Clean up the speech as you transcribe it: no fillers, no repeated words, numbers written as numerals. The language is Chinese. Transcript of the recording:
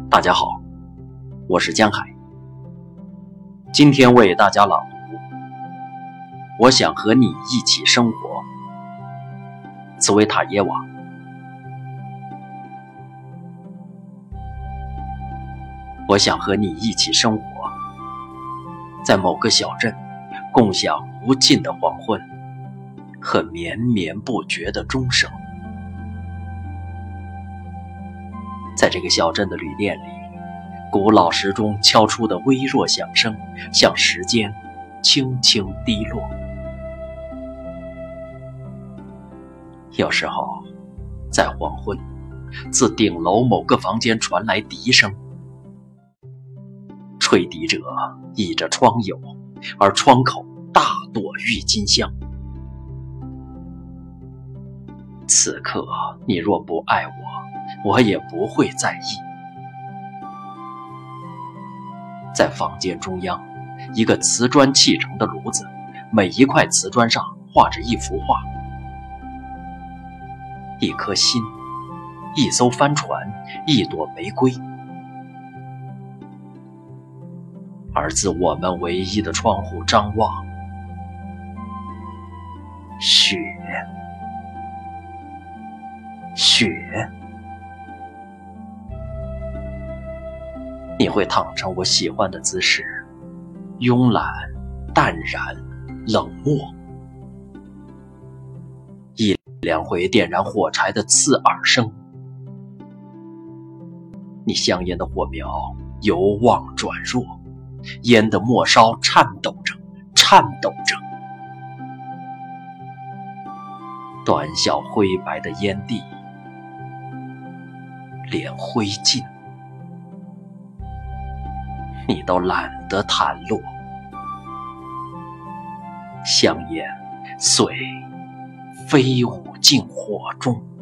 大家好，我是江海，今天为大家朗读《我想和你一起生活》，茨维塔耶娃。我想和你一起生活，在某个小镇，共享无尽的黄昏和绵绵不绝的钟声。在这个小镇的旅店里，古老时钟敲出的微弱响声，向时间轻轻滴落。有时候，在黄昏，自顶楼某个房间传来笛声，吹笛者倚着窗牖，而窗口大朵郁金香。此刻你若不爱我，我也不会在意。在房间中央，一个瓷砖砌成的炉子，每一块瓷砖上画着一幅画，一颗心，一艘帆船，一朵玫瑰。而自我们唯一的窗户张望，雪，雪。你会躺成我喜欢的姿势，慵懒、淡然、冷漠。一两回点燃火柴的刺耳声，你香烟的火苗由旺转弱，烟的末梢颤抖着，颤抖着。短小灰白的烟蒂，连灰烬你都懒得弹落，香烟遂飞舞进火中。